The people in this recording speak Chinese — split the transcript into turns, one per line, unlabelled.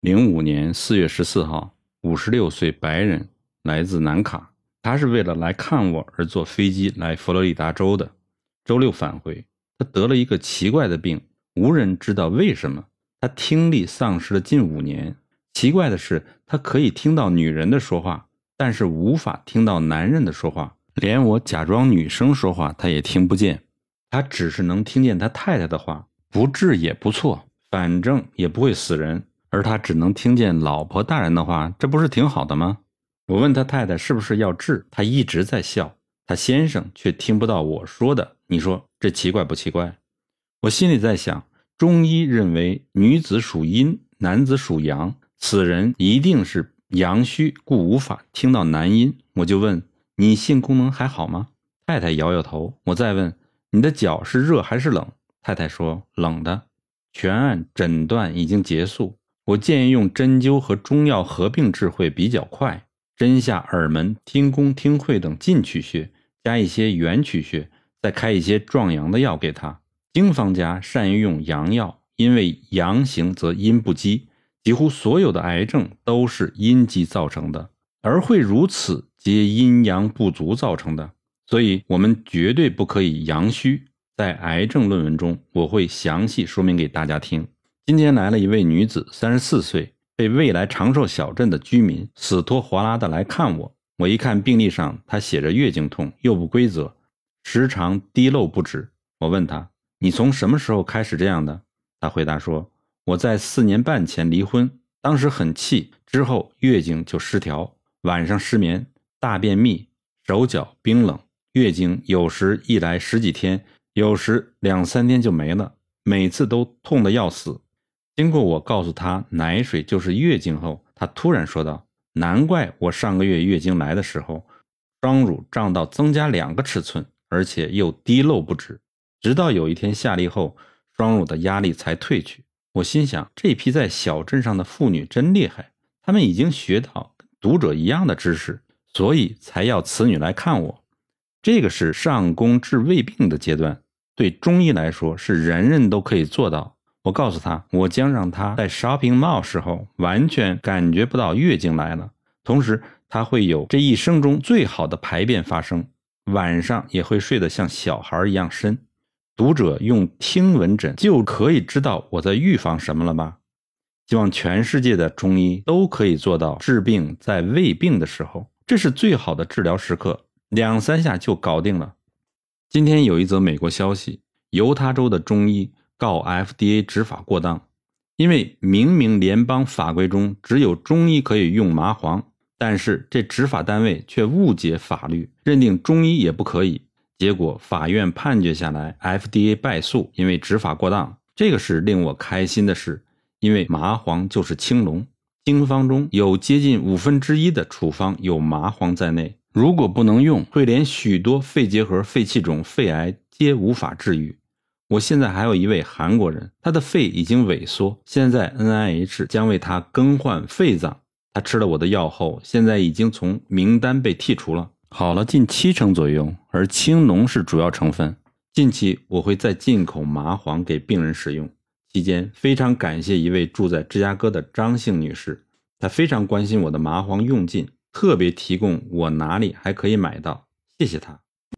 05年4月14号，56岁白人，来自南卡。他是为了来看我而坐飞机来佛罗里达州的。周六返回，他得了一个奇怪的病，无人知道为什么。他听力丧失了近5年。奇怪的是，他可以听到女人的说话，但是无法听到男人的说话，连我假装女生说话他也听不见。他只是能听见他太太的话，不治也不错，反正也不会死人。而他只能听见老婆大人的话，这不是挺好的吗？我问他太太是不是要治，他一直在笑，他先生却听不到我说的，你说这奇怪不奇怪？我心里在想，中医认为女子属阴，男子属阳，此人一定是阳虚，故无法听到男音。我就问，你性功能还好吗？太太摇摇头。我再问，你的脚是热还是冷？太太说冷的。全案诊断已经结束，我建议用针灸和中药合并治会比较快，针下耳门、听宫、听会等进取穴，加一些元曲穴，再开一些壮阳的药给他。经方家善于用阳药，因为阳行则阴不积，几乎所有的癌症都是阴积造成的，而会如此皆阴阳不足造成的，所以我们绝对不可以阳虚。在癌症论文中，我会详细说明给大家听。今天来了一位女子，34岁，被未来长寿小镇的居民死拖活拉的来看我。我一看病历上，她写着月经痛，又不规则，时常滴漏不止。我问她，你从什么时候开始这样的？她回答说，我在4年半前离婚，当时很气，之后月经就失调，晚上失眠，大便秘，手脚冰冷，月经有时一来10几天，有时2、3天就没了，每次都痛得要死。经过我告诉她奶水就是月经后，她突然说道，难怪我上个月月经来的时候，双乳胀到增加2个尺寸，而且又滴漏不止，直到有一天下痢后，双乳的压力才退去。我心想，这批在小镇上的妇女真厉害，她们已经学到跟读者一样的知识，所以才要此女来看我。这个是上工治未病的阶段，对中医来说是人人都可以做到。我告诉他，我将让他在 shopping mall 时候完全感觉不到月经来了，同时他会有这一生中最好的排便发生，晚上也会睡得像小孩一样深。读者用听闻诊就可以知道我在预防什么了吧？希望全世界的中医都可以做到治病在未病的时候，这是最好的治疗时刻，2、3下就搞定了。今天有一则美国消息，犹他州的中医告 FDA 执法过当，因为明明联邦法规中只有中医可以用麻黄，但是这执法单位却误解法律，认定中医也不可以。结果法院判决下来 FDA 败诉，因为执法过当。这个是令我开心的事，因为麻黄就是青龙，经方中有接近1/5的处方有麻黄在内，如果不能用，会连许多肺结核、肺气肿、肺癌皆无法治愈。我现在还有一位韩国人，他的肺已经萎缩，现在 NIH 将为他更换肺脏，他吃了我的药后，现在已经从名单被剔除了，好了近70%左右，而青龙是主要成分。近期我会再进口麻黄给病人使用。期间非常感谢一位住在芝加哥的张姓女士，她非常关心我的麻黄用尽，特别提供我哪里还可以买到，谢谢她。